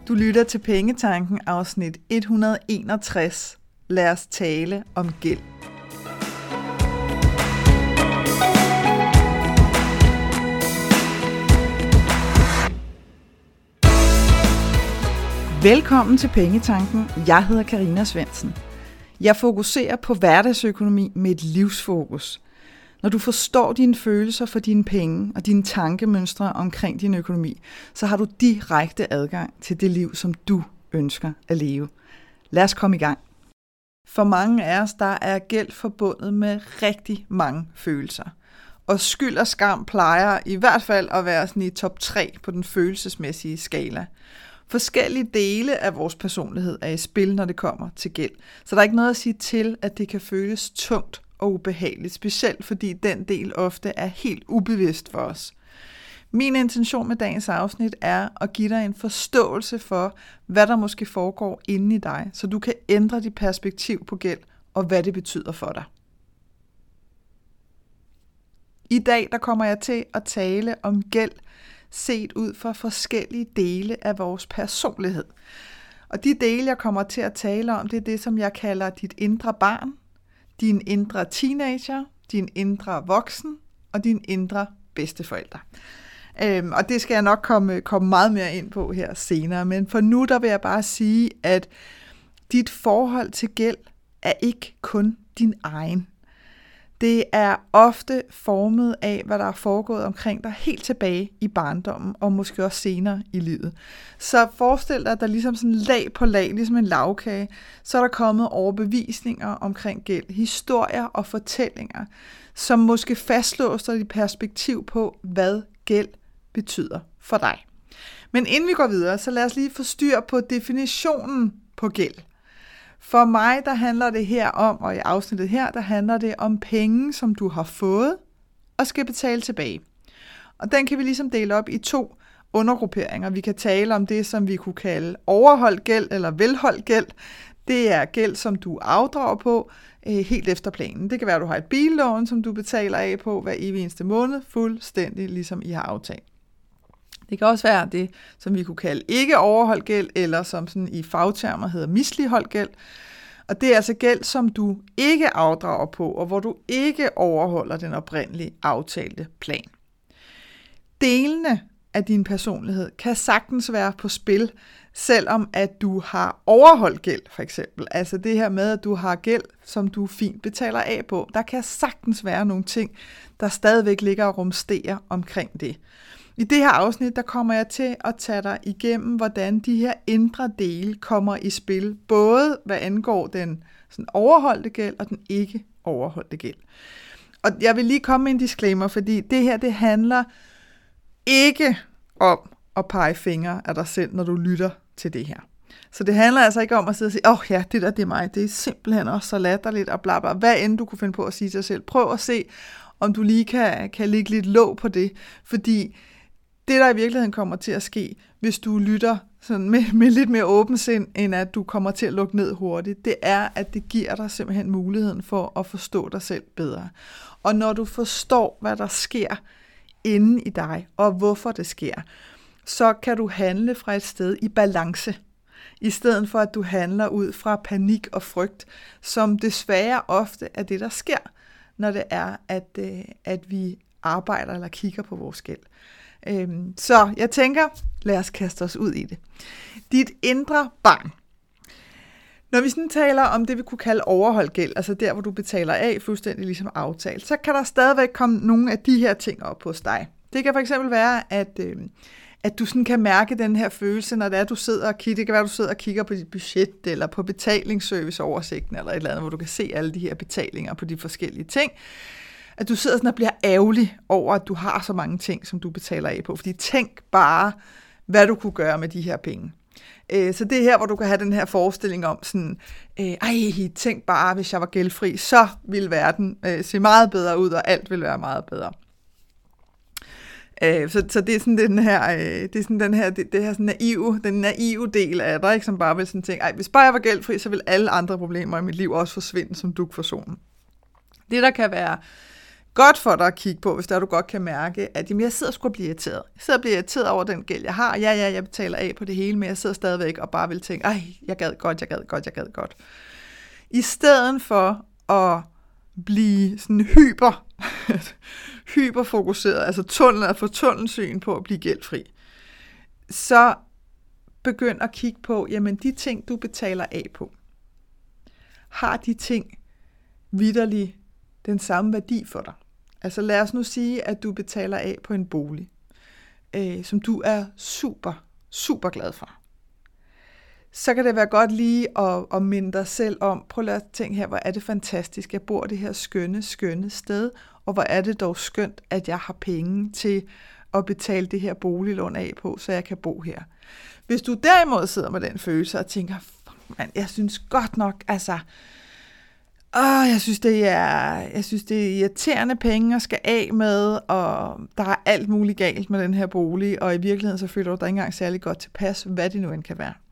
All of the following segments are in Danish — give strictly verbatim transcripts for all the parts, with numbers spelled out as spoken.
Du lytter til Pengetanken, afsnit et hundrede og enogtres. Lad os tale om gæld. Velkommen til Pengetanken. Jeg hedder Karina Svendsen. Jeg fokuserer på hverdagsøkonomi med et livsfokus. Når du forstår dine følelser for dine penge og dine tankemønstre omkring din økonomi, så har du direkte adgang til det liv, som du ønsker at leve. Lad os komme i gang. For mange af os, der er gæld forbundet med rigtig mange følelser. Og skyld og skam plejer i hvert fald at være sådan i top tre på den følelsesmæssige skala. Forskellige dele af vores personlighed er i spil, når det kommer til gæld. Så der er ikke noget at sige til, at det kan føles tungt og ubehageligt, specielt fordi den del ofte er helt ubevidst for os. Min intention med dagens afsnit er at give dig en forståelse for, hvad der måske foregår inde i dig, så du kan ændre dit perspektiv på gæld og hvad det betyder for dig. I dag der kommer jeg til at tale om gæld, set ud fra forskellige dele af vores personlighed. Og de dele, jeg kommer til at tale om, det er det, som jeg kalder dit indre barn, din indre teenager, din indre voksen og din indre bedsteforælder. Øhm, og det skal jeg nok komme, komme meget mere ind på her senere. Men for nu der vil jeg bare sige, at dit forhold til gæld er ikke kun din egen. Det er ofte formet af, hvad der er foregået omkring dig helt tilbage i barndommen, og måske også senere i livet. Så forestil dig, at der ligesom sådan lag på lag, ligesom en lagkage, så er der kommet overbevisninger omkring gæld, historier og fortællinger, som måske fastlåser dit perspektiv på, hvad gæld betyder for dig. Men inden vi går videre, så lad os lige få styr på definitionen på gæld. For mig, der handler det her om, og i afsnittet her, der handler det om penge, som du har fået og skal betale tilbage. Og den kan vi ligesom dele op i to undergrupperinger. Vi kan tale om det, som vi kunne kalde overholdt gæld eller velholdt gæld. Det er gæld, som du afdrager på øh, helt efter planen. Det kan være, at du har et billån, som du betaler af på hver evig eneste måned, fuldstændig ligesom I har aftalt. Det kan også være det, som vi kunne kalde ikke overholdt gæld, eller som sådan i fagtermer hedder misligholdt gæld. Og det er altså gæld, som du ikke afdrager på, og hvor du ikke overholder den oprindelige aftalte plan. Delene af din personlighed kan sagtens være på spil, selvom at du har overholdt gæld, for eksempel. Altså det her med, at du har gæld, som du fint betaler af på. Der kan sagtens være nogle ting, der stadigvæk ligger og rumsterer omkring det. I det her afsnit, der kommer jeg til at tage dig igennem, hvordan de her indre dele kommer i spil, både hvad angår den sådan overholdte gæld og den ikke overholdte gæld. Og jeg vil lige komme med en disclaimer, fordi det her, det handler ikke om at pege fingre af dig selv, når du lytter til det her. Så det handler altså ikke om at sidde og sige, åh oh, ja, det der, det er mig, det er simpelthen også så latterligt og bla bla. Hvad end du kunne finde på at sige til dig selv, prøv at se, om du lige kan, kan lægge lidt låg på det, fordi det, der i virkeligheden kommer til at ske, hvis du lytter sådan med, med lidt mere åben sind, end at du kommer til at lukke ned hurtigt, det er, at det giver dig simpelthen muligheden for at forstå dig selv bedre. Og når du forstår, hvad der sker inde i dig, og hvorfor det sker, så kan du handle fra et sted i balance, i stedet for at du handler ud fra panik og frygt, som desværre ofte er det, der sker, når det er, at, at vi arbejder eller kigger på vores gæld. Så jeg tænker, lad os kaste os ud i det. Dit indre barn. Når vi sådan taler om det, vi kunne kalde overholdt gæld, altså der, hvor du betaler af fuldstændig ligesom aftalt, så kan der stadigvæk komme nogle af de her ting op hos dig. Det kan for eksempel være, at, øh, at du sådan kan mærke den her følelse, når det er, du sidder og kigger. Det kan være, at du sidder og kigger på dit budget, eller på betalingsserviceoversigten, eller et eller andet, hvor du kan se alle de her betalinger på de forskellige ting. At du sidder sådan og bliver ærgerlig over, at du har så mange ting, som du betaler af på. Fordi tænk bare, hvad du kunne gøre med de her penge. Så det er her, hvor du kan have den her forestilling om sådan, ej, tænk bare, hvis jeg var gældfri, så ville verden se meget bedre ud, og alt ville være meget bedre. Så, så det er sådan den her, det er sådan den her, det, det her sådan naive, den naive del af dig, ikke, som bare vil sådan tænke, ej, hvis bare jeg var gældfri, så ville alle andre problemer i mit liv også forsvinde som dug for solen. Det, der kan være godt for dig at kigge på, hvis der du godt kan mærke, at jamen, jeg sidder sgu og bliver irriteret. Jeg sidder og bliver irriteret over den gæld, jeg har. Ja, ja, jeg betaler af på det hele, men jeg sidder stadigvæk og bare vil tænke, ej, jeg gad godt, jeg gad godt, jeg gad godt. I stedet for at blive sådan hyper, hyperfokuseret, altså tunnel, at få tunnelsyn på at blive gældfri, så begynd at kigge på, jamen de ting, du betaler af på, har de ting vitterligt den samme værdi for dig? Altså lad os nu sige, at du betaler af på en bolig, øh, som du er super, super glad for. Så kan det være godt lige at, at minde dig selv om, prøv at tænke her, hvor er det fantastisk, jeg bor det her skønne, skønne sted, og hvor er det dog skønt, at jeg har penge til at betale det her boliglån af på, så jeg kan bo her. Hvis du derimod sidder med den følelse og tænker, man, jeg synes godt nok, altså, åh, jeg synes, det er, jeg synes, det er irriterende penge at skal af med, og der er alt muligt galt med den her bolig, og i virkeligheden så føler du dig ikke engang særlig godt tilpas, hvad det nu end kan være.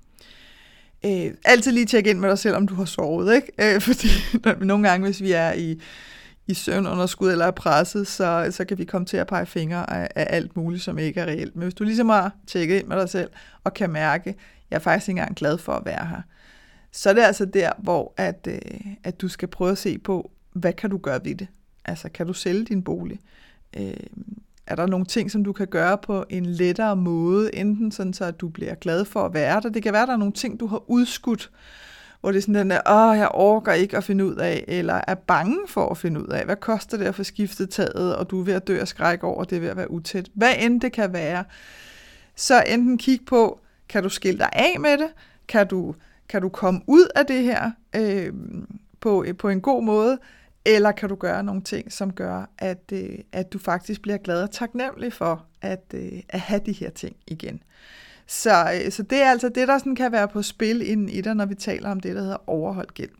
Øh, altid lige tjekke ind med dig selv, om du har sovet, ikke? Øh, fordi nogle gange, hvis vi er i, i søvnunderskud eller er presset, så, så kan vi komme til at pege fingre af, af alt muligt, som ikke er reelt. Men hvis du ligesom har tjekket ind med dig selv, og kan mærke, jeg er faktisk ikke engang glad for at være her, så er det altså der, hvor at, øh, at du skal prøve at se på, hvad kan du gøre ved det? Altså, kan du sælge din bolig? Øh, er der nogle ting, som du kan gøre på en lettere måde, enten sådan så, at du bliver glad for at være der? Det kan være, at der er nogle ting, du har udskudt, hvor det er sådan den der, åh, jeg orker ikke at finde ud af, eller er bange for at finde ud af, hvad koster det at få skiftet taget, og du er ved at dø af skræk over, det er ved at være utæt. Hvad end det kan være, så enten kig på, kan du skille dig af med det? Kan du Kan du komme ud af det her øh, på, på en god måde, eller kan du gøre nogle ting, som gør, at, øh, at du faktisk bliver glad og taknemmelig for at, øh, at have de her ting igen. Så, øh, så det er altså det, der sådan kan være på spil inden i dig, når vi taler om det, der hedder overholdt gæld.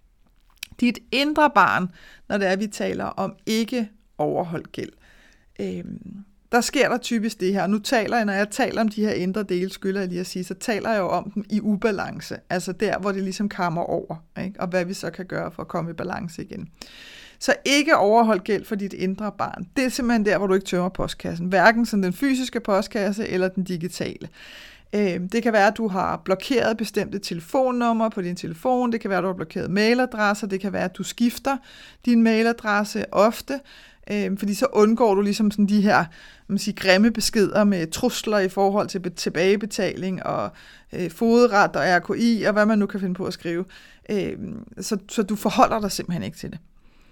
Dit indre barn, når det er, vi taler om ikke overholdt gæld, øh, der sker der typisk det her. Nu taler jeg, når jeg taler om de her indre dele, skylder jeg lige at sige, så taler jeg jo om dem i ubalance. Altså der, hvor det ligesom kammer over, ikke? Og hvad vi så kan gøre for at komme i balance igen. Så ikke overholdt gæld for dit indre barn. Det er simpelthen der, hvor du ikke tømmer postkassen. Hverken sådan den fysiske postkasse eller den digitale. Det kan være, at du har blokeret bestemte telefonnumre på din telefon. Det kan være, at du har blokeret mailadresser. Det kan være, at du skifter din mailadresse ofte. Fordi så undgår du ligesom sådan de her man siger, grimme beskeder med trusler i forhold til tilbagebetaling og øh, fodret og R K I og hvad man nu kan finde på at skrive. Øh, så, så du forholder dig simpelthen ikke til det.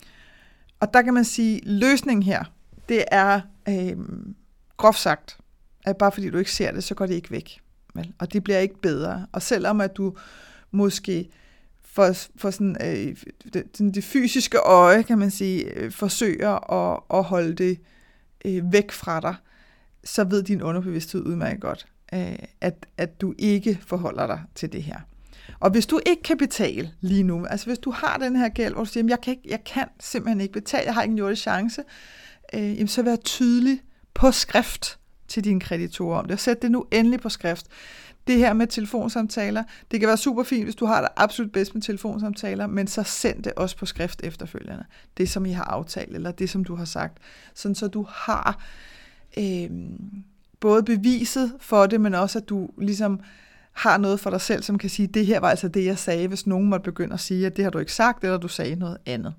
Og der kan man sige, løsningen her, det er øh, groft sagt, at bare fordi du ikke ser det, så går det ikke væk. Vel? Og det bliver ikke bedre. Og selvom at du måske for, for sådan, øh, det, det fysiske øje, kan man sige, øh, forsøger at, at holde det øh, væk fra dig, så ved din underbevidsthed udmærket godt, øh, at, at du ikke forholder dig til det her. Og hvis du ikke kan betale lige nu, altså hvis du har den her gæld, hvor du siger, jeg kan, ikke, jeg kan simpelthen ikke betale, jeg har ikke en jordisk chance, øh, jamen så vær tydelig på skrift til dine kreditorer om det, og sæt det nu endelig på skrift. Det her med telefonsamtaler, det kan være super fint, hvis du har det absolut bedst med telefonsamtaler, men så send det også på skrift efterfølgende. Det, som I har aftalt, eller det, som du har sagt. Sådan så du har øh, både beviset for det, men også at du ligesom har noget for dig selv, som kan sige, det her var altså det, jeg sagde, hvis nogen måtte begynde at sige, at det har du ikke sagt, eller du sagde noget andet.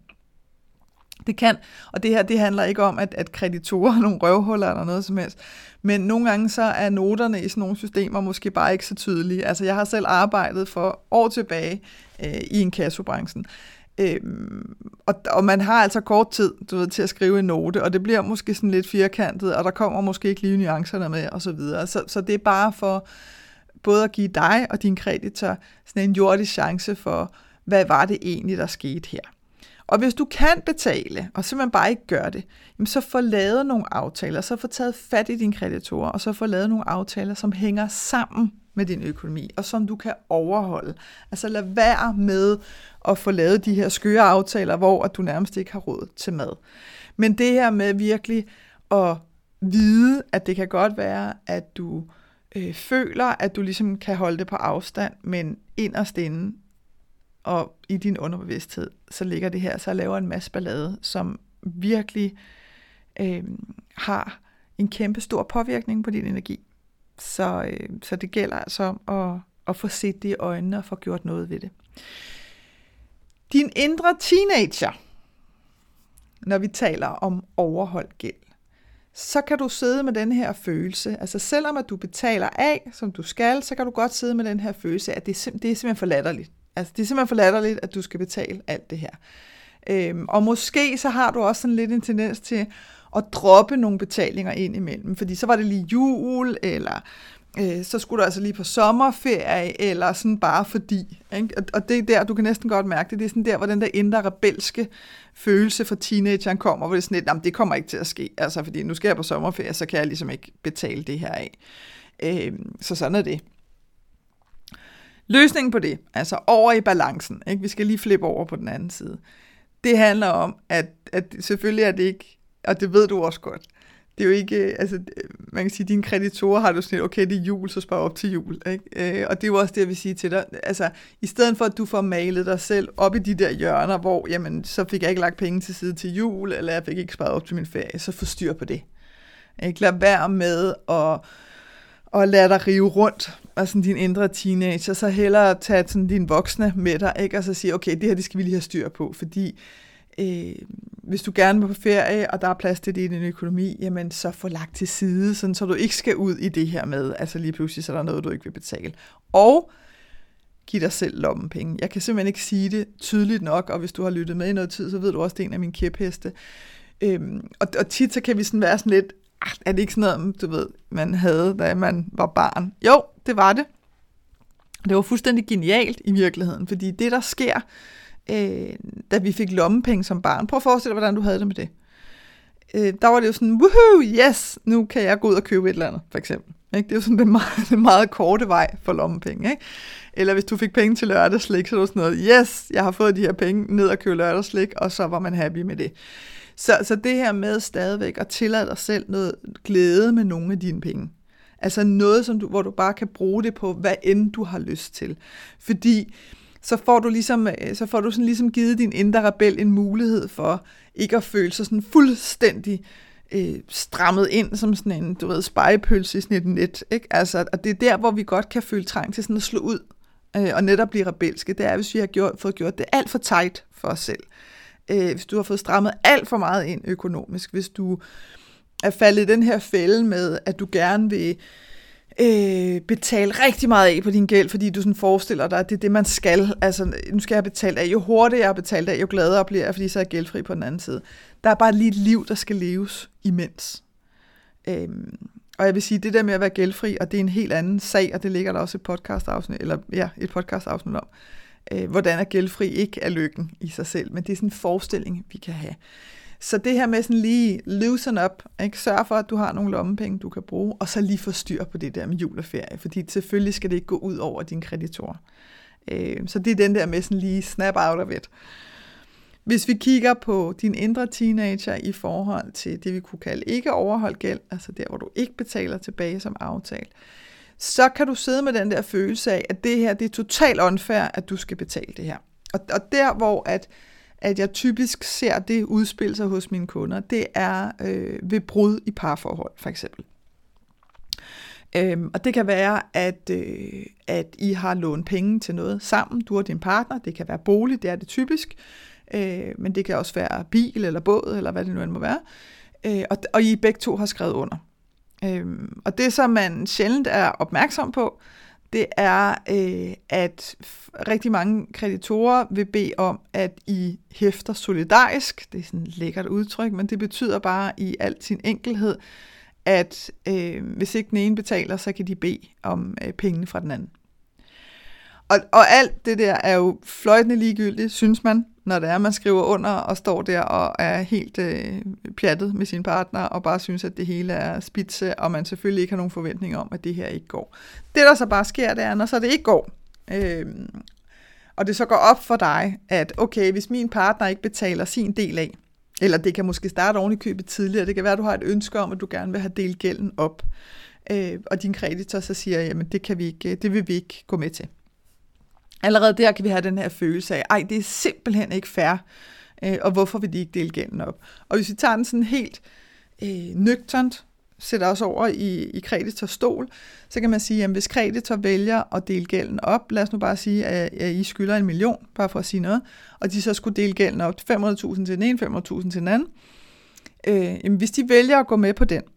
Det kan, og det her, det handler ikke om, at, at kreditorer er nogle røvhuller eller noget som helst, men nogle gange så er noterne i sådan nogle systemer måske bare ikke så tydelige. Altså jeg har selv arbejdet for år tilbage øh, i inkassobranchen, øh, og, og man har altså kort tid du ved, til at skrive en note, og det bliver måske sådan lidt firkantet, og der kommer måske ikke lige nuancerne med, og så videre. Så, så det er bare for både at give dig og din kreditor sådan en jordisk chance for, hvad var det egentlig, der skete her. Og hvis du kan betale, og simpelthen bare ikke gør det, jamen så få lavet nogle aftaler, så få taget fat i dine kreditorer, og så få lavet nogle aftaler, som hænger sammen med din økonomi, og som du kan overholde. Altså lad være med at få lavet de her skøre aftaler, hvor at du nærmest ikke har råd til mad. Men det her med virkelig at vide, at det kan godt være, at du øh, føler, at du ligesom kan holde det på afstand, men inderst inde, og i din underbevidsthed, så ligger det her, så laver en masse ballade, som virkelig øh, har en kæmpe stor påvirkning på din energi. Så, øh, så det gælder altså om at, at få set det i øjnene og få gjort noget ved det. Din indre teenager, når vi taler om overholdt gæld, så kan du sidde med den her følelse, altså selvom at du betaler af, som du skal, så kan du godt sidde med den her følelse, at det er, sim- det er simpelthen for latterligt. Altså det er simpelthen for latterligt, at du skal betale alt det her. Øhm, og måske så har du også sådan lidt en tendens til at droppe nogle betalinger ind imellem, fordi så var det lige jul, eller øh, så skulle du altså lige på sommerferie, eller sådan bare fordi. Ikke? Og, og det er der, du kan næsten godt mærke det, det er sådan der, hvor den der indre rebelske følelse for teenageren kommer, hvor det er sådan lidt, jamen det kommer ikke til at ske, altså fordi nu skal jeg på sommerferie, så kan jeg ligesom ikke betale det her af. Øhm, så sådan er det. Løsningen på det, altså over i balancen, ikke? Vi skal lige flippe over på den anden side. Det handler om, at, at selvfølgelig er det ikke, og det ved du også godt, det er jo ikke, altså man kan sige, dine kreditorer har du sådan, okay, det er jul, så spar op til jul, ikke? Og det er jo også det, jeg vil sige til dig, altså i stedet for, at du får malet dig selv op i de der hjørner, hvor, jamen, så fik jeg ikke lagt penge til side til jul, eller jeg fik ikke sparet op til min ferie, så få styr på det. Ikke? Lad være med at og lad dig rive rundt af sådan din indre teenager, så hellere tage sådan din voksne med dig, ikke? Og så sige, okay, det her det skal vi lige have styr på, fordi øh, hvis du gerne vil på ferie, og der er plads til det i din økonomi, jamen så få lagt til side, sådan, så du ikke skal ud i det her med, altså lige pludselig, så er der noget, du ikke vil betale. Og giv dig selv lommepenge. Jeg kan simpelthen ikke sige det tydeligt nok, og hvis du har lyttet med i noget tid, så ved du også, det er en af mine kæpheste. Øhm, og, og tit så kan vi sådan være sådan lidt, ah, er det ikke sådan noget, du ved, man havde, da man var barn? Jo, det var det. Det var fuldstændig genialt i virkeligheden, fordi det, der sker, øh, da vi fik lommepenge som barn, prøv at forestille dig, hvordan du havde det med det. Øh, der var det jo sådan, woohoo, yes, nu kan jeg gå ud og købe et eller andet, for eksempel. Ikke? Det er jo sådan den meget, den meget korte vej for lommepenge. Ikke? Eller hvis du fik penge til lørdagslik, så var det sådan noget, yes, jeg har fået de her penge ned og købe lørdagslik, og så var man happy med det. Så, så det her med stadigvæk at tillade dig selv noget glæde med nogle af dine penge. Altså noget, som du, hvor du bare kan bruge det på, hvad end du har lyst til. Fordi så får du ligesom, så får du sådan ligesom givet din indre rebel en mulighed for ikke at føle sig sådan fuldstændig øh, strammet ind som sådan en, du ved, spegepølse i sådan et net. Ikke? Altså, og det er der, hvor vi godt kan føle trang til sådan at slå ud øh, og netop blive rebelske. Det er, hvis vi har gjort, fået gjort det alt for tight for os selv. Øh, hvis du har fået strammet alt for meget ind økonomisk, hvis du er faldet i den her fælde med, at du gerne vil øh, betale rigtig meget af på din gæld, fordi du sådan forestiller dig, at det er det, man skal. Altså, nu skal jeg betale af. Jo hurtigere jeg betaler af, jo gladere bliver jeg, fordi så er jeg gældfri på den anden side. Der er bare lige et liv, der skal leves imens. Øhm, og jeg vil sige, det der med at være gældfri, og det er en helt anden sag, og det ligger der også et podcast-afsnit, eller ja, et podcast-afsnit om, øh, hvordan er gældfri ikke er lykken i sig selv, men det er sådan en forestilling, vi kan have. Så det her med sådan lige loosen up, ikke? Sørg for, at du har nogle lommepenge, du kan bruge, og så lige få styr på det der med jul og ferie, fordi selvfølgelig skal det ikke gå ud over dine kreditorer. Øh, så det er den der med sådan lige snap out of it. Hvis vi kigger på din indre teenager i forhold til det, vi kunne kalde ikke overholdt gæld, altså der, hvor du ikke betaler tilbage som aftalt, så kan du sidde med den der følelse af, at det her, det er totalt unfair, at du skal betale det her. Og, og der, hvor at at jeg typisk ser det udspille sig hos mine kunder, det er øh, ved brud i parforhold, for eksempel. Øhm, og det kan være, at, øh, at I har lånt penge til noget sammen, du og din partner, det kan være bolig, det er det typisk, øh, men det kan også være bil eller båd, eller hvad det nu end må være, øh, og, og I begge to har skrevet under. Øhm, og det, som man sjældent er opmærksom på, det er, øh, at rigtig mange kreditorer vil bede om, at I hæfter solidarisk. Det er sådan et lækkert udtryk, men det betyder bare i al sin enkelhed, at øh, hvis ikke den ene betaler, så kan de bede om øh, pengene fra den anden. Og, og alt det der er jo fløjtende ligegyldigt, synes man, når det er, man skriver under og står der og er helt øh, pjattet med sin partner og bare synes, at det hele er spidse, og man selvfølgelig ikke har nogen forventninger om, at det her ikke går. Det, der så bare sker, det er, når så det ikke går, øh, og det så går op for dig, at okay, hvis min partner ikke betaler sin del af, eller det kan måske starte oven i købet tidligere, det kan være, at du har et ønske om, at du gerne vil have delt gælden op, øh, og din kreditor så siger, jamen det, kan vi ikke, det vil vi ikke gå med til. Allerede der kan vi have den her følelse af, ej, det er simpelthen ikke fair, øh, og hvorfor vil de ikke dele gælden op. Og hvis vi tager den sådan helt øh, nøgternt, sætter os over i, i kreditors stol, så kan man sige, at hvis kreditor vælger at dele gælden op, lad os nu bare sige, at, at I skylder en million, bare for at sige noget, og de så skulle dele gælden op til fem hundrede tusind til den ene, fem hundrede tusind til den anden. Øh, jamen, hvis de vælger at gå med på den,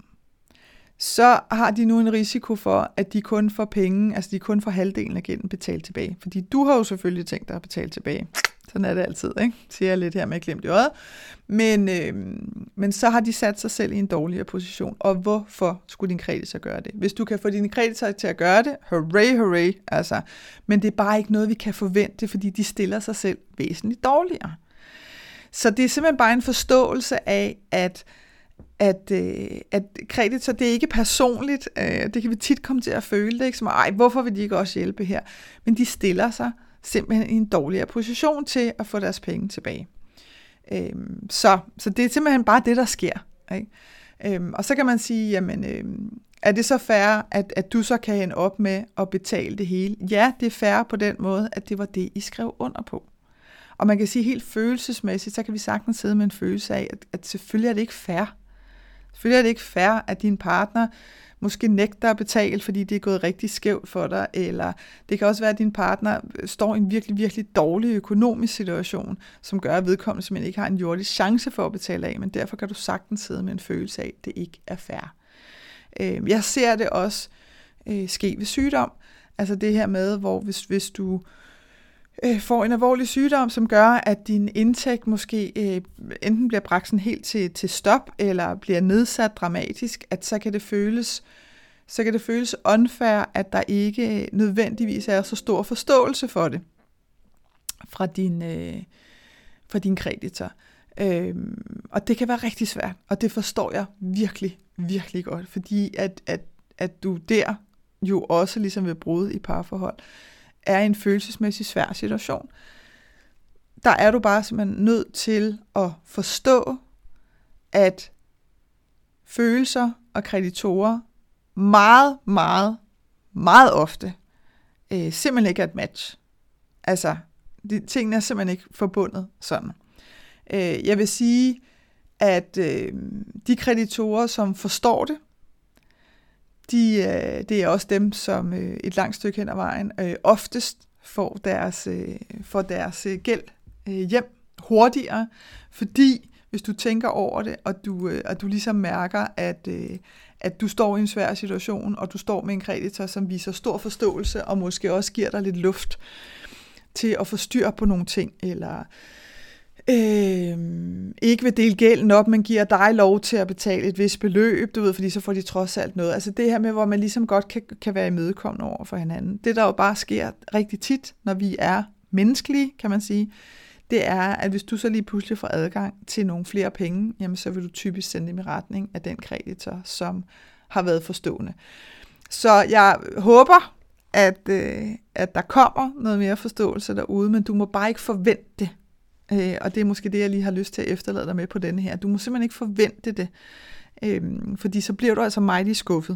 så har de nu en risiko for, at de kun får penge, altså de kun får halvdelen af gælden betalt tilbage. Fordi du har jo selvfølgelig tænkt dig at betale tilbage. Sådan er det altid, ikke? Siger jeg lidt her med glemt i øjet. Men, øh, men så har de sat sig selv i en dårligere position. Og hvorfor skulle din kreditor gøre det? Hvis du kan få dine kreditorer til at gøre det, hooray, hooray, altså. Men det er bare ikke noget, vi kan forvente, fordi de stiller sig selv væsentligt dårligere. Så det er simpelthen bare en forståelse af, at at, øh, at kreditor, det er ikke personligt, øh, det kan vi tit komme til at føle, det er ikke som, ej, hvorfor vil de ikke også hjælpe her? Men de stiller sig simpelthen i en dårligere position til at få deres penge tilbage. Øh, så, så det er simpelthen bare det, der sker. Ikke? Øh, og så kan man sige, jamen, øh, er det så fair, at, at du så kan ende op med at betale det hele? Ja, det er fair på den måde, at det var det, I skrev under på. Og man kan sige helt følelsesmæssigt, så kan vi sagtens sidde med en følelse af, at, at selvfølgelig er det ikke fair. Selvfølgelig er det ikke fair, at din partner måske nægter at betale, fordi det er gået rigtig skævt for dig, eller det kan også være, at din partner står i en virkelig, virkelig dårlig økonomisk situation, som gør, at vedkommende simpelthen ikke har en jordisk chance for at betale af, men derfor kan du sagtens sidde med en følelse af, at det ikke er fair. Jeg ser det også ske ved sygdom, altså det her med, hvor hvis, hvis du får en alvorlig sygdom, som gør, at din indtægt måske øh, enten bliver bragt sådan helt til, til stop, eller bliver nedsat dramatisk, at så kan det føles, så kan det føles unfair, at der ikke nødvendigvis er så stor forståelse for det fra din, øh, fra din kreditor. Øh, og det kan være rigtig svært, og det forstår jeg virkelig, virkelig godt, fordi at, at, at du der jo også ligesom ved brud i parforhold, er en følelsesmæssig svær situation. Der er du bare simpelthen nødt til at forstå, at følelser og kreditorer meget, meget, meget ofte øh, simpelthen ikke er et match. Altså, de, tingene er simpelthen ikke forbundet sådan. Øh, jeg vil sige, at øh, de kreditorer, som forstår det, De, det er også dem, som et langt stykke hen ad vejen øh, oftest får deres, øh, får deres øh, gæld øh, hjem hurtigere, fordi hvis du tænker over det, og du, øh, og du ligesom mærker, at, øh, at du står i en svær situation, og du står med en kreditor, som viser stor forståelse, og måske også giver dig lidt luft til at få styr på nogle ting, eller Øh, ikke vil dele gælden op, men giver dig lov til at betale et vist beløb, du ved, fordi så får de trods alt noget. Altså det her med, hvor man ligesom godt kan, kan være imødekommende over for hinanden. Det, der jo bare sker rigtig tit, når vi er menneskelige, kan man sige, det er, at hvis du så lige pludselig får adgang til nogle flere penge, jamen så vil du typisk sende dem i retning af den kreditor, som har været forstående. Så jeg håber, at, øh, at der kommer noget mere forståelse derude, men du må bare ikke forvente det. Øh, og det er måske det, jeg lige har lyst til at efterlade dig med på denne her. Du må simpelthen ikke forvente det, øh, fordi så bliver du altså meget skuffet.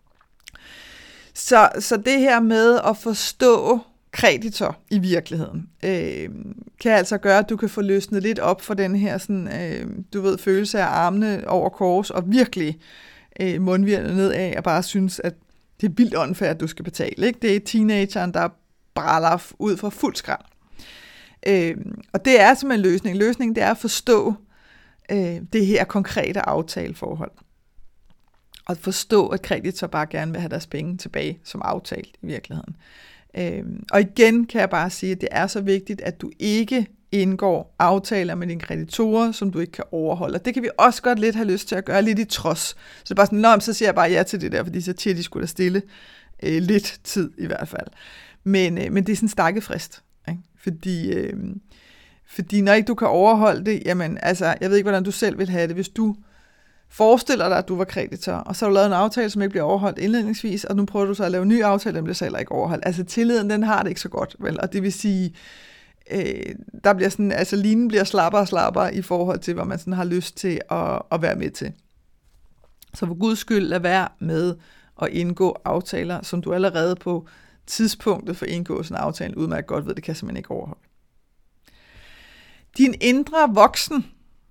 Så, så det her med at forstå kreditor i virkeligheden, øh, kan altså gøre, at du kan få løsnet lidt op for den her sådan, øh, du ved, følelse af armene over kors, og virkelig øh, mundvirket nedad, og bare synes, at det er vildt unfair, at du skal betale. Ikke? Det er teenageren, der bræller ud for fuld skrald. Øh, og det er simpelthen en løsning. Løsningen, det er at forstå øh, det her konkrete aftaleforhold. Og forstå, at kreditor bare gerne vil have deres penge tilbage, som aftalt i virkeligheden. Øh, og igen kan jeg bare sige, at det er så vigtigt, at du ikke indgår aftaler med dine kreditorer, som du ikke kan overholde. Og det kan vi også godt lidt have lyst til at gøre lidt i trods. Så det er bare sådan, nå, så siger jeg bare ja til det der, fordi så siger de skulle da stille øh, lidt tid i hvert fald. Men, øh, men det er sådan en stakkefrist. Ikke? Fordi, øh, fordi når ikke du kan overholde det, jamen altså, jeg ved ikke, hvordan du selv vil have det. Hvis du forestiller dig, at du var kreditor, og så har du lavet en aftale, som ikke bliver overholdt indledningsvis, og nu prøver du så at lave en ny aftale, den bliver så heller ikke overholdt. Altså tilliden, den har det ikke så godt, vel? Og det vil sige, øh, der bliver sådan, altså linen bliver slappere og slappere i forhold til, hvad man sådan har lyst til at, at være med til. Så for guds skyld, lad være med at indgå aftaler, som du allerede på tidspunktet for indgåelsen af aftalen udmærket godt ved, det kan simpelthen ikke overholde. Din indre voksen,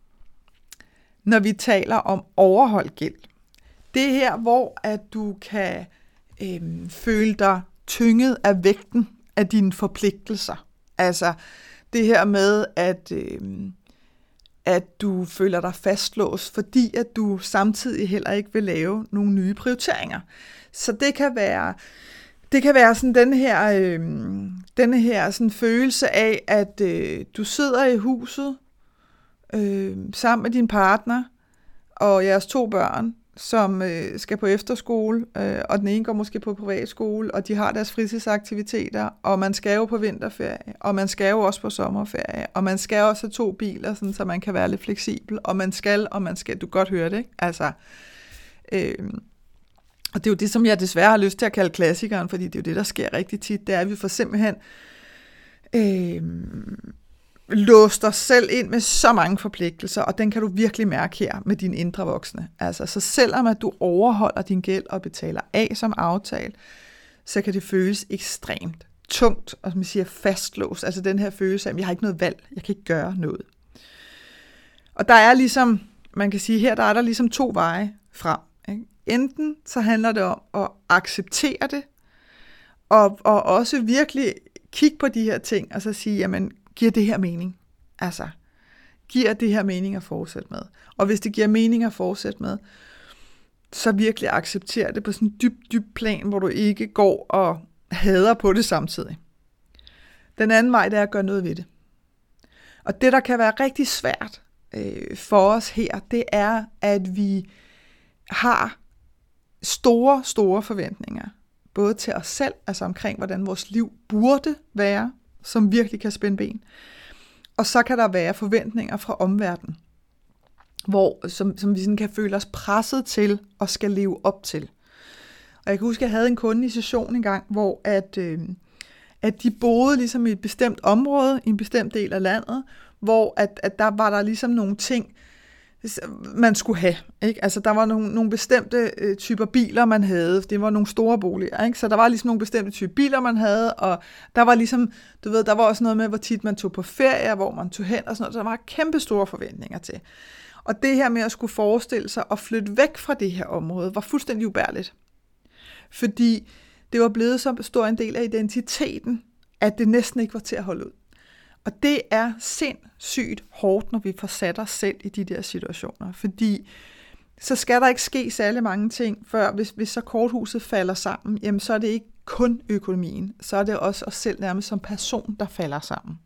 når vi taler om overholdt gæld, det er her, hvor at du kan øhm, føle dig tynget af vægten af dine forpligtelser. Altså det her med, at, øhm, at du føler dig fastlåst, fordi at du samtidig heller ikke vil lave nogle nye prioriteringer. Så det kan være, det kan være sådan den her, øhm, denne her sådan følelse af, at øh, du sidder i huset øh, sammen med din partner og jeres to børn, som øh, skal på efterskole, øh, og den ene går måske på privatskole, og de har deres fritidsaktiviteter, og man skal jo på vinterferie, og man skal jo også på sommerferie, og man skal også have to biler, sådan, så man kan være lidt fleksibel, og man skal, og man skal, du kan godt høre det, ikke? Altså, øh, og det er jo det, som jeg desværre har lyst til at kalde klassikeren, fordi det er jo det, der sker rigtig tit, det er, at vi får simpelthen øh, låst dig selv ind med så mange forpligtelser, og den kan du virkelig mærke her med dine indre voksne. Altså, så selvom at du overholder din gæld og betaler af som aftalt, så kan det føles ekstremt tungt, og som jeg siger, fastlåst. Altså den her følelse af, at jeg har ikke noget valg, jeg kan ikke gøre noget. Og der er ligesom, man kan sige, her der er der ligesom to veje frem. Ikke? Enten så handler det om at acceptere det, og, og også virkelig kigge på de her ting, og så sige, jamen, giver det her mening? Altså, giver det her mening at fortsætte med? Og hvis det giver mening at fortsætte med, så virkelig acceptere det på sådan en dyb, dyb plan, hvor du ikke går og hader på det samtidig. Den anden vej, det er at gøre noget ved det. Og det, der kan være rigtig svært øh, for os her, det er, at vi har store, store forventninger, både til os selv, altså omkring, hvordan vores liv burde være, som virkelig kan spænde ben. Og så kan der være forventninger fra omverdenen, hvor, som, som vi sådan kan føle os presset til og skal leve op til. Og jeg kan huske, at jeg havde en kunde i session engang, hvor at, øh, at de boede ligesom i et bestemt område, i en bestemt del af landet, hvor at, at der var der ligesom nogle ting, man skulle have. Ikke? Altså der var nogle, nogle bestemte øh, typer biler, man havde. Det var nogle store boliger. Ikke? Så der var ligesom nogle bestemte typer biler, man havde, og der var ligesom, du ved, der var også noget med, hvor tit man tog på ferie, hvor man tog hen og sådan noget. Så der var kæmpe store forventninger til. Og det her med at skulle forestille sig at flytte væk fra det her område, var fuldstændig ubærligt. Fordi det var blevet så stor en del af identiteten, at det næsten ikke var til at holde ud. Og det er sindssygt hårdt, når vi får sat os selv i de der situationer, fordi så skal der ikke ske særlig mange ting, før hvis, hvis så korthuset falder sammen, jamen så er det ikke kun økonomien, så er det også os selv nærmest som person, der falder sammen.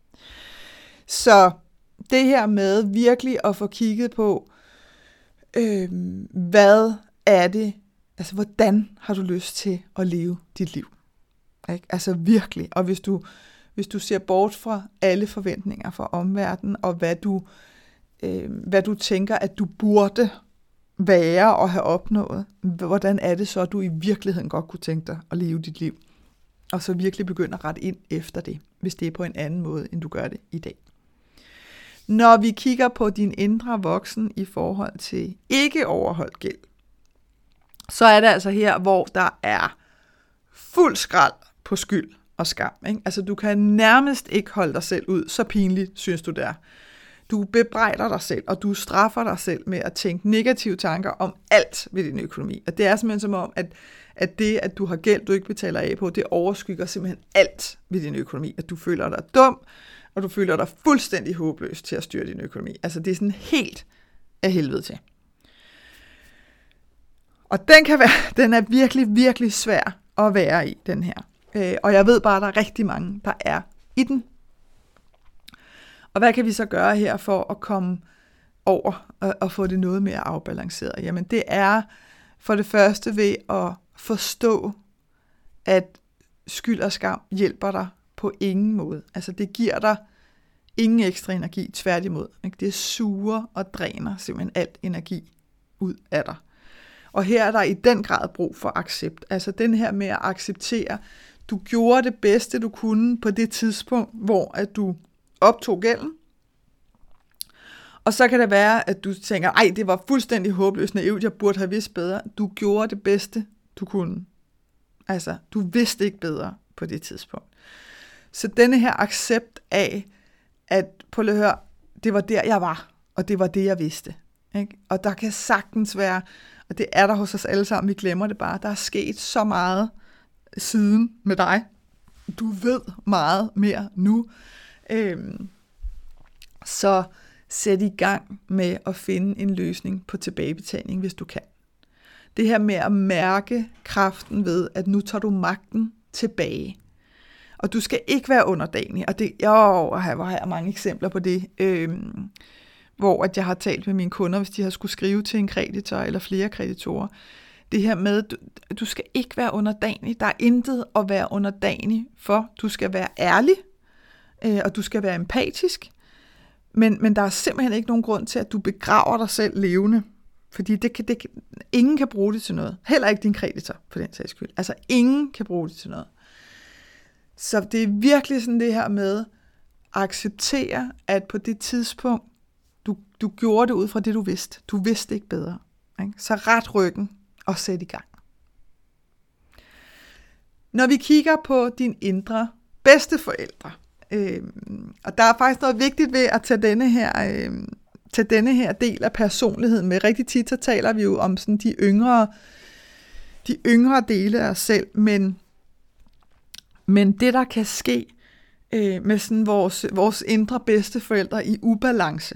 Så det her med virkelig at få kigget på, øh, hvad er det, altså hvordan har du lyst til at leve dit liv? Ikke? Altså virkelig, og hvis du Hvis du ser bort fra alle forventninger fra omverdenen, og hvad du, øh, hvad du tænker, at du burde være og have opnået, hvordan er det så, at du i virkeligheden godt kunne tænke dig at leve dit liv? Og så virkelig begynde at rette ind efter det, hvis det er på en anden måde, end du gør det i dag. Når vi kigger på din indre voksen i forhold til ikke overholdt gæld, så er det altså her, hvor der er fuld skrald på skyld og skam. Ikke? Altså du kan nærmest ikke holde dig selv ud, så pinligt synes du det er. Du bebrejder dig selv, og du straffer dig selv med at tænke negative tanker om alt ved din økonomi. Og det er simpelthen som om, at, at det, at du har gæld, du ikke betaler af på, det overskygger simpelthen alt ved din økonomi. At du føler dig dum, og du føler dig fuldstændig håbløs til at styre din økonomi. Altså det er sådan helt af helvede til. Og den kan være, den er virkelig, virkelig svær at være i, den her. Og jeg ved bare, at der er rigtig mange, der er i den. Og hvad kan vi så gøre her for at komme over og, og få det noget mere afbalanceret? Jamen det er for det første ved at forstå, at skyld og skam hjælper dig på ingen måde. Altså det giver dig ingen ekstra energi, tværtimod. Ikke? Det suger og dræner simpelthen alt energi ud af dig. Og her er der i den grad brug for accept. Altså den her med at acceptere, du gjorde det bedste, du kunne på det tidspunkt, hvor at du optog gælden. Og så kan det være, at du tænker, ej, det var fuldstændig håbløst naivt, jeg burde have vidst bedre. Du gjorde det bedste, du kunne. Altså, du vidste ikke bedre på det tidspunkt. Så denne her accept af, at på at høre, det var der, jeg var, og det var det, jeg vidste. Ikke? Og der kan sagtens være, og det er der hos os alle sammen, vi glemmer det bare, der er sket så meget siden med dig. Du ved meget mere nu. Øhm, så sæt i gang med at finde en løsning på tilbagebetaling, hvis du kan. Det her med at mærke kraften ved, at nu tager du magten tilbage. Og du skal ikke være underdanig. Og det, jo, hvor har jeg mange eksempler på det, øhm, hvor at jeg har talt med mine kunder, hvis de har skulle skrive til en kreditor eller flere kreditorer. Det her med, du, du skal ikke være underdanig. Der er intet at være underdanig for. Du skal være ærlig, øh, og du skal være empatisk. Men, men der er simpelthen ikke nogen grund til, at du begraver dig selv levende. Fordi det kan, det kan, ingen kan bruge det til noget. Heller ikke din kreditor, for den sags skyld. Altså, ingen kan bruge det til noget. Så det er virkelig sådan det her med at acceptere, at på det tidspunkt, du, du gjorde det ud fra det, du vidste. Du vidste ikke bedre. Ikke? Så ret ryggen og sæt i gang. Når vi kigger på din indre bedsteforældre, øh, og der er faktisk noget vigtigt ved at tage denne her... Øh, til denne her del af personligheden med. Rigtig tit, så taler vi jo om sådan de yngre, de yngre dele af os selv, men, men det, der kan ske øh, med sådan vores, vores indre bedsteforældre i ubalance,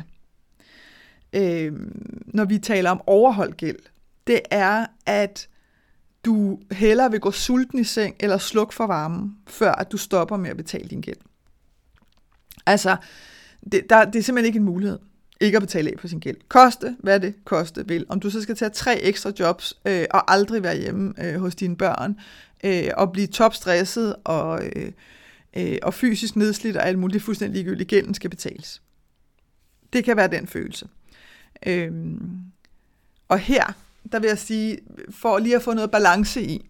øh, når vi taler om overholdt gæld, det er, at du hellere vil gå sulten i seng eller slukke for varmen, før at du stopper med at betale din gæld. Altså, det, der, det er simpelthen ikke en mulighed. Ikke at betale af på sin gæld. Koste, hvad det koste vil. Om du så skal tage tre ekstra jobs, øh, og aldrig være hjemme øh, hos dine børn, øh, og blive topstresset, og, øh, øh, og fysisk nedslidt, og alt muligt fuldstændig ligegyldigt, gælden skal betales. Det kan være den følelse. Øh, og her, der vil jeg sige, for lige at få noget balance i,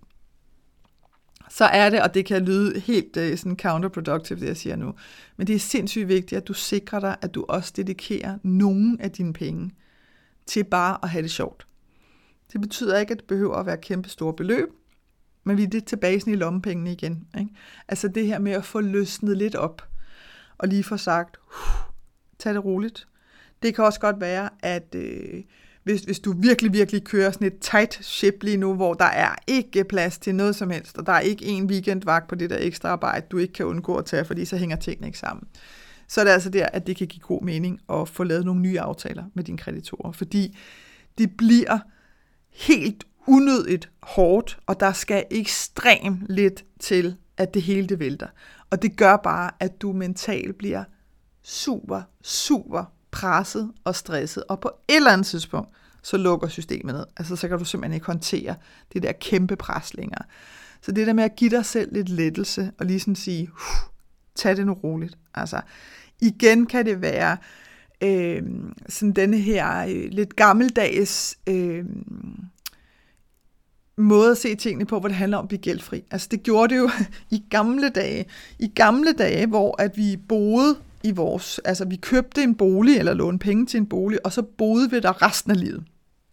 så er det, og det kan lyde helt uh, sådan counterproductive, det jeg siger nu, men det er sindssygt vigtigt, at du sikrer dig, at du også dedikerer nogen af dine penge til bare at have det sjovt. Det betyder ikke, at det behøver at være kæmpe store beløb, men vi er lidt tilbage sådan i lommepengene igen. Ikke? Altså det her med at få løsnet lidt op, og lige få sagt, uh, tag det roligt. Det kan også godt være, at... Øh, Hvis, hvis du virkelig, virkelig kører sådan et tight ship lige nu, hvor der er ikke plads til noget som helst, og der er ikke en weekendvagt på det der ekstra arbejde, du ikke kan undgå at tage, fordi så hænger tingene ikke sammen. Så er det altså der, at det kan give god mening at få lavet nogle nye aftaler med dine kreditorer, fordi det bliver helt unødigt hårdt, og der skal ekstremt lidt til, at det hele det vælter. Og det gør bare, at du mentalt bliver super, super presset og stresset, og på et eller andet tidspunkt, så lukker systemet ned. Altså, så kan du simpelthen ikke håndtere det der kæmpe pres længere. Så det der med at give dig selv lidt lettelse, og lige sådan sige, tag det nu roligt. Altså, igen kan det være øh, sådan denne her øh, lidt gammeldags øh, måde at se tingene på, hvor det handler om at blive gældfri. Altså, det gjorde det jo i gamle dage. I gamle dage, hvor at vi boede i vores, altså vi købte en bolig, eller lånte penge til en bolig, og så boede vi der resten af livet.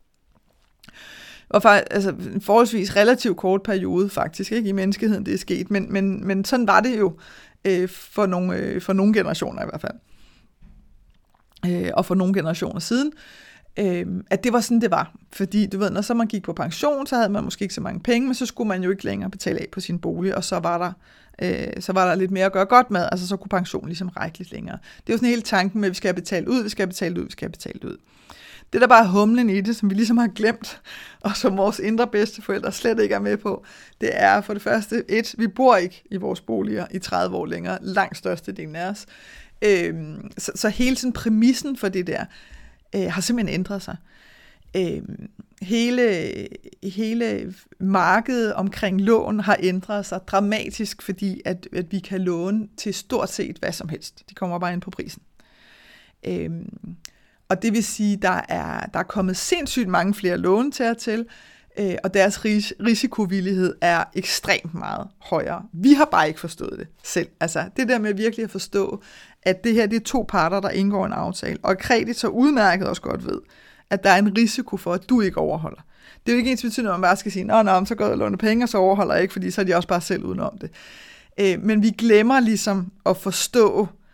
Og for, altså en forholdsvis relativt kort periode faktisk, ikke i menneskeheden det er sket, men, men, men sådan var det jo øh, for, nogle, øh, for nogle generationer i hvert fald. Øh, og for nogle generationer siden, øh, at det var sådan, det var. Fordi du ved, når så man gik på pension, så havde man måske ikke så mange penge, men så skulle man jo ikke længere betale af på sin bolig, og så var der øh, så var der lidt mere at gøre godt med, altså så kunne pensionen ligesom række lidt længere. Det er jo sådan hele tanken med, at vi skal have betalt ud, vi skal have betalt ud, vi skal have betalt ud. Det der bare er humlen i det, som vi ligesom har glemt, og som vores indre bedsteforældre slet ikke er med på, det er for det første, et, vi bor ikke i vores boliger i tredive år længere, langt størstedelen af os. Øhm, så, så hele sådan præmissen for det der, øh, har simpelthen ændret sig. Øhm, hele, hele markedet omkring lån har ændret sig dramatisk, fordi at, at vi kan låne til stort set hvad som helst. Det kommer bare ind på prisen. Øhm, og det vil sige, der er der er kommet sindssygt mange flere låntager til, øh, og deres ris- risikovillighed er ekstremt meget højere. Vi har bare ikke forstået det selv. Altså det der med virkelig at forstå, at det her det er to parter, der indgår en aftale, og kreditor udmærket også godt ved, at der er en risiko for, at du ikke overholder. Det er jo ikke ens betydning, at man bare skal sige, nå, nå, så går jeg og låner penge, og så overholder jeg ikke, fordi så er de også bare selv udenom det. Øh, men vi glemmer ligesom at forstå,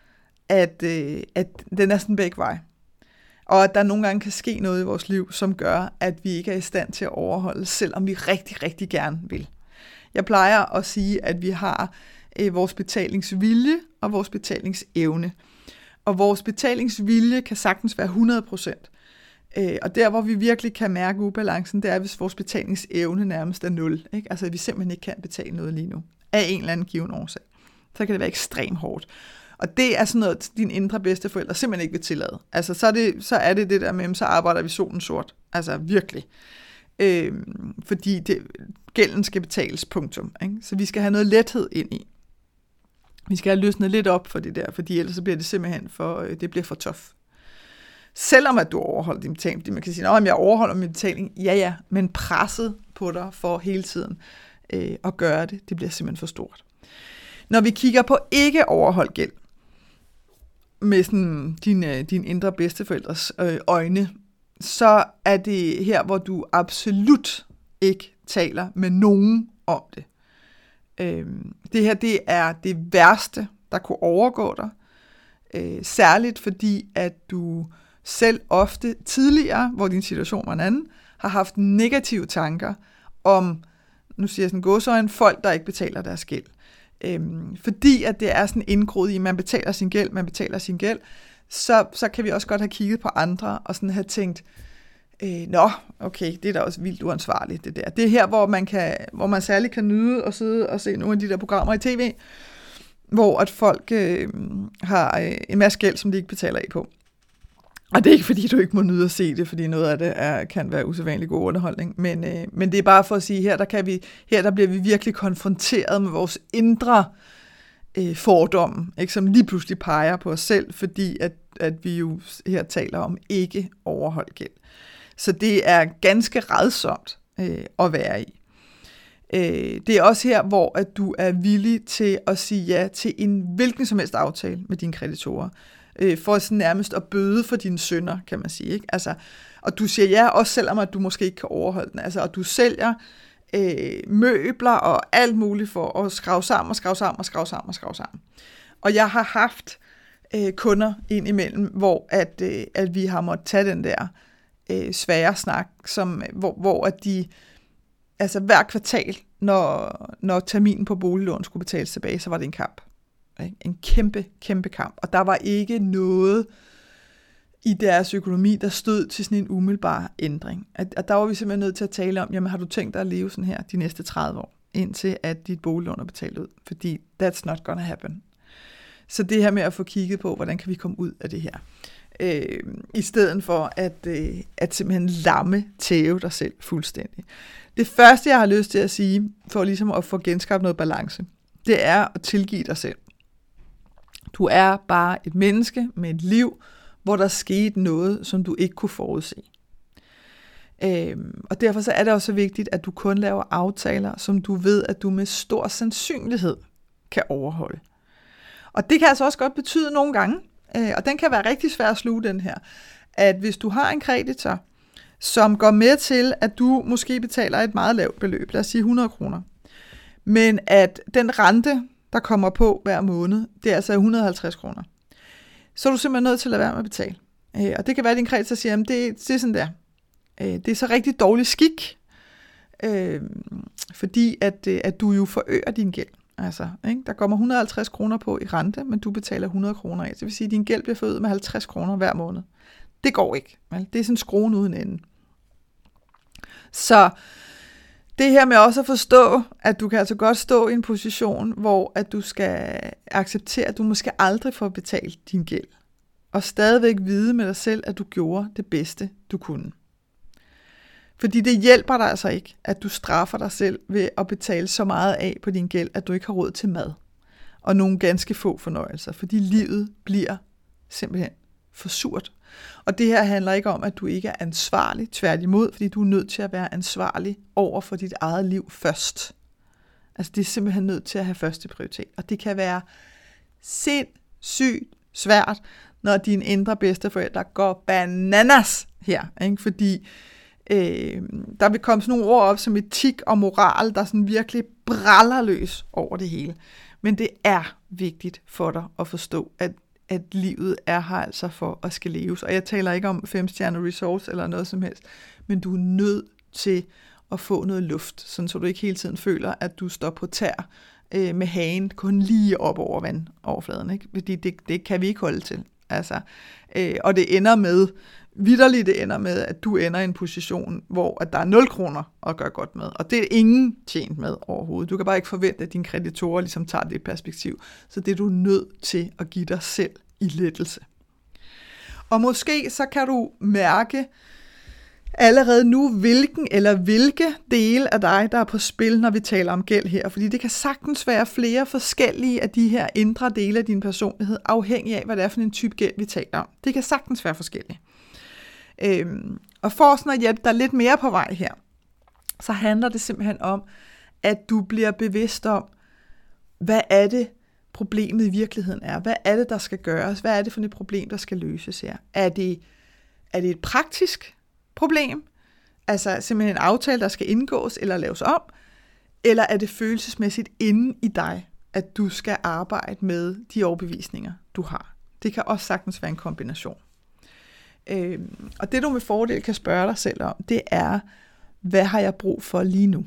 at, øh, at den er sådan begge veje. Og at der nogle gange kan ske noget i vores liv, som gør, at vi ikke er i stand til at overholde, selvom vi rigtig, rigtig gerne vil. Jeg plejer at sige, at vi har øh, vores betalingsvilje og vores betalingsevne. Og vores betalingsvilje kan sagtens være hundrede procent. Øh, og der, hvor vi virkelig kan mærke ubalancen, det er, hvis vores betalingsevne nærmest er nul. Ikke? Altså, at vi simpelthen ikke kan betale noget lige nu. Af en eller anden given årsag. Så kan det være ekstremt hårdt. Og det er sådan noget, din indre bedsteforældre simpelthen ikke vil tillade. Altså, så er det, så er det det der med, så arbejder vi solen sort. Altså, virkelig. Øh, fordi det, gælden skal betales, punktum. Ikke? Så vi skal have noget lethed ind i. Vi skal have løsnet lidt op for det der, fordi ellers så bliver det simpelthen for, det bliver for tof. Selvom at du overholder din betaling, fordi man kan sige, at jeg overholder min betaling, ja ja, men presset på dig for hele tiden øh, at gøre det, det bliver simpelthen for stort. Når vi kigger på ikke overholdt gæld, med sådan din, din indre bedsteforældres øh, øjne, så er det her, hvor du absolut ikke taler med nogen om det. Øh, det her, det er det værste, der kunne overgå dig. Øh, særligt fordi, at du selv ofte tidligere, hvor din situation var en anden, har haft negative tanker om, nu siger jeg sådan gåseøjne, folk, der ikke betaler deres gæld. Øhm, fordi at det er sådan indgroet i, at man betaler sin gæld, man betaler sin gæld, så, så kan vi også godt have kigget på andre, og sådan have tænkt, øh, nå, okay, det er da også vildt uansvarligt, det der. Det er her, hvor man, kan, hvor man særligt kan nyde og sidde og se nogle af de der programmer i tv, hvor at folk øh, har øh, en masse gæld, som de ikke betaler af på. Og det er ikke, fordi du ikke må nyde at se det, fordi noget af det er, kan være usædvanlig god underholdning. Men, øh, men det er bare for at sige, her der, kan vi, her der bliver vi virkelig konfronteret med vores indre øh, fordomme, ikke, som lige pludselig peger på os selv, fordi at, at vi jo her taler om ikke overholdt gæld. Så det er ganske rædsomt øh, at være i. Øh, det er også her, hvor at du er villig til at sige ja til en hvilken som helst aftale med dine kreditorer, for sådan nærmest at bøde for dine synder, kan man sige. Ikke? Altså, og du siger ja, også selvom at du måske ikke kan overholde den. Altså, og du sælger øh, møbler og alt muligt for at skrave sammen og skrave sammen og skrave sammen og skrave sammen. Og jeg har haft øh, kunder indimellem, hvor at, øh, at vi har måttet tage den der øh, svære snak, som, hvor, hvor at de, altså hver kvartal, når, når terminen på boliglån skulle betales tilbage, så var det en kamp. En kæmpe, kæmpe kamp. Og der var ikke noget i deres økonomi, der stod til sådan en umiddelbar ændring. At, at der var vi simpelthen nødt til at tale om, jamen har du tænkt dig at leve sådan her de næste tredive år, indtil at dit boliglån er betalt ud? Fordi that's not gonna happen. Så det her med at få kigget på, hvordan kan vi komme ud af det her? Øh, I stedet for at, øh, at simpelthen lamme tæve dig selv fuldstændig. Det første, jeg har lyst til at sige, for ligesom at få genskabt noget balance, det er at tilgive dig selv. Du er bare et menneske med et liv, hvor der skete noget, som du ikke kunne forudse. Øhm, og derfor så er det også så vigtigt, at du kun laver aftaler, som du ved, at du med stor sandsynlighed kan overholde. Og det kan altså også godt betyde nogle gange, øh, og den kan være rigtig svær at sluge den her, at hvis du har en kreditor, som går med til, at du måske betaler et meget lavt beløb, lad os sige hundrede kroner, men at den rente, der kommer på hver måned, det er altså et hundrede og halvtreds kroner. Så er du simpelthen nødt til at lade være med at betale. Øh, og det kan være, at din kreditor siger, at det, det er sådan der. Øh, det er så rigtig dårlig skik, øh, fordi at, at du jo forøger din gæld. Altså, ikke? Der kommer et hundrede og halvtreds kroner på i rente, men du betaler hundrede kroner af. Det vil sige, at din gæld bliver forøget med halvtreds kroner hver måned. Det går ikke. Vel? Det er sådan skruen uden ende. Så det her med også at forstå, at du kan altså godt stå i en position, hvor at du skal acceptere, at du måske aldrig får betalt din gæld, og stadigvæk vide med dig selv, at du gjorde det bedste, du kunne. Fordi det hjælper dig altså ikke, at du straffer dig selv ved at betale så meget af på din gæld, at du ikke har råd til mad og nogle ganske få fornøjelser, fordi livet bliver simpelthen for surt. Og det her handler ikke om, at du ikke er ansvarlig, tværtimod, fordi du er nødt til at være ansvarlig over for dit eget liv først. Altså det er simpelthen nødt til at have første prioritet. Og det kan være sindssygt svært, når dine indre bedsteforældre går bananas her. Ikke? Fordi øh, der vil komme sådan nogle ord op som etik og moral, der sådan virkelig bræller løs over det hele. Men det er vigtigt for dig at forstå, at at livet er her altså for at skal leves. Og jeg taler ikke om femstjerner resource eller noget som helst, men du er nødt til at få noget luft, sådan så du ikke hele tiden føler, at du står på tær øh, med hagen kun lige op over vandoverfladen, ikke? Fordi det, det kan vi ikke holde til. Altså, øh, og det ender med, vitterligt det ender med, at du ender i en position, hvor at der er nul kroner at gøre godt med. Og det er ingen tjent med overhovedet. Du kan bare ikke forvente, at dine kreditorer ligesom tager det perspektiv. Så det er du nødt til at give dig selv i lettelse. Og måske så kan du mærke allerede nu, hvilken eller hvilke dele af dig, der er på spil, når vi taler om gæld her. Fordi det kan sagtens være flere forskellige af de her indre dele af din personlighed, afhængig af, hvad det er for en type gæld, vi taler om. Det kan sagtens være forskellige. Øhm, og for sådan at hjælpe dig lidt mere på vej her, så handler det simpelthen om, at du bliver bevidst om, hvad er det, problemet i virkeligheden er? Hvad er det, der skal gøres? Hvad er det for et problem, der skal løses her? Er det, er det et praktisk problem? Altså simpelthen en aftale, der skal indgås eller laves om? Eller er det følelsesmæssigt inde i dig, at du skal arbejde med de overbevisninger, du har? Det kan også sagtens være en kombination. Øhm, og det du med fordel kan spørge dig selv om, det er, hvad har jeg brug for lige nu?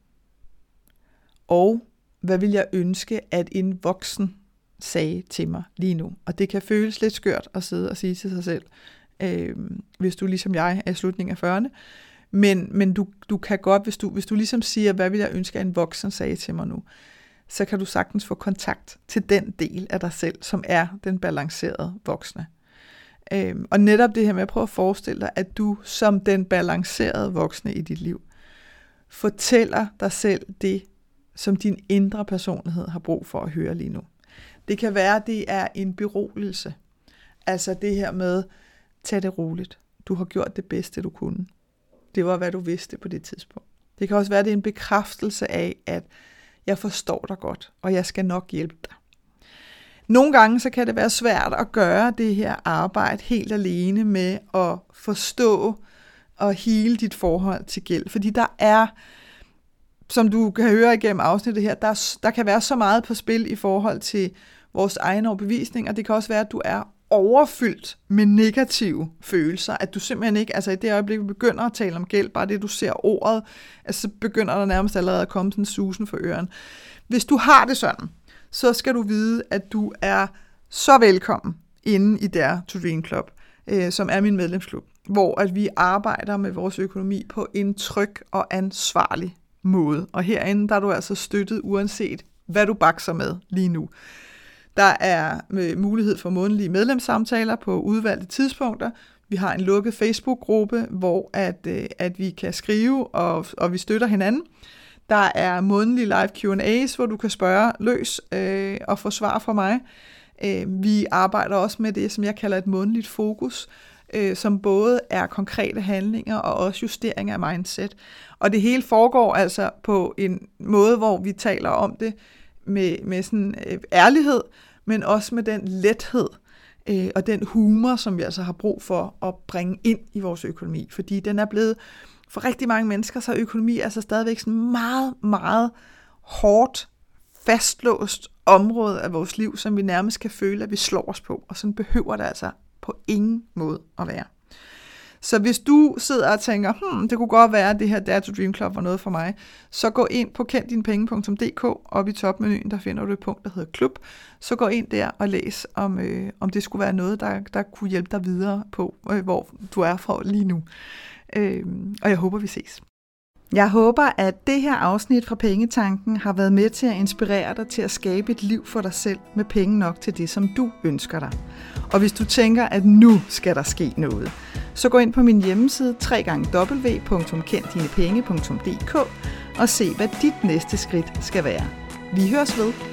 Og hvad vil jeg ønske, at en voksen sagde til mig lige nu? Og det kan føles lidt skørt at sidde og sige til sig selv, øh, hvis du ligesom jeg er i slutningen af fyrrerne. Men, men du, du kan godt, hvis du, hvis du ligesom siger, hvad vil jeg ønske, at en voksen sagde til mig nu, så kan du sagtens få kontakt til den del af dig selv, som er den balancerede voksne. Øh, og netop det her med at prøve at forestille dig, at du som den balancerede voksne i dit liv, fortæller dig selv det, som din indre personlighed har brug for at høre lige nu. Det kan være, at det er en beroligelse. Altså det her med, tag det roligt. Du har gjort det bedste, du kunne. Det var, hvad du vidste på det tidspunkt. Det kan også være, at det er en bekræftelse af, at jeg forstår dig godt, og jeg skal nok hjælpe dig. Nogle gange så kan det være svært at gøre det her arbejde helt alene med at forstå og hele dit forhold til gæld. Fordi der er, som du kan høre igennem afsnittet her, der, der kan være så meget på spil i forhold til vores egne overbevisninger. Det kan også være, at du er overfyldt med negative følelser, at du simpelthen ikke, altså i det øjeblik, vi begynder at tale om gæld, bare det, du ser ordet, altså så begynder der nærmest allerede at komme sådan en susen for øren. Hvis du har det sådan, så skal du vide, at du er så velkommen inde i Dare to Dream Club, øh, som er min medlemsklub, hvor at vi arbejder med vores økonomi på en tryg og ansvarlig måde. Og herinde, der er du altså støttet, uanset hvad du bakser med lige nu. Der er mulighed for månedlige medlemssamtaler på udvalgte tidspunkter. Vi har en lukket Facebook-gruppe, hvor at, at vi kan skrive, og, og vi støtter hinanden. Der er månedlige live Q and A's, hvor du kan spørge løs øh, og få svar fra mig. Øh, vi arbejder også med det, som jeg kalder et månedligt fokus, øh, som både er konkrete handlinger og også justeringer af mindset. Og det hele foregår altså på en måde, hvor vi taler om det med, med sådan øh, ærlighed, men også med den lethed øh, og den humor, som vi altså har brug for at bringe ind i vores økonomi. Fordi den er blevet, for rigtig mange mennesker, så er økonomi altså stadigvæk sådan meget, meget hårdt, fastlåst område af vores liv, som vi nærmest kan føle, at vi slår os på. Og sådan behøver det altså på ingen måde at være. Så hvis du sidder og tænker, hmm, det kunne godt være, at det her Dare to Dream Club var noget for mig, så gå ind på kend dine penge punktum d k, og i topmenuen, der finder du et punkt, der hedder klub. Så gå ind der og læs, om, øh, om det skulle være noget, der, der kunne hjælpe dig videre på, øh, hvor du er fra lige nu. Øh, og jeg håber, vi ses. Jeg håber, at det her afsnit fra Pengetanken har været med til at inspirere dig til at skabe et liv for dig selv med penge nok til det, som du ønsker dig. Og hvis du tænker, at nu skal der ske noget, så gå ind på min hjemmeside w w w punktum kend dine penge punktum d k og se, hvad dit næste skridt skal være. Vi høres ved.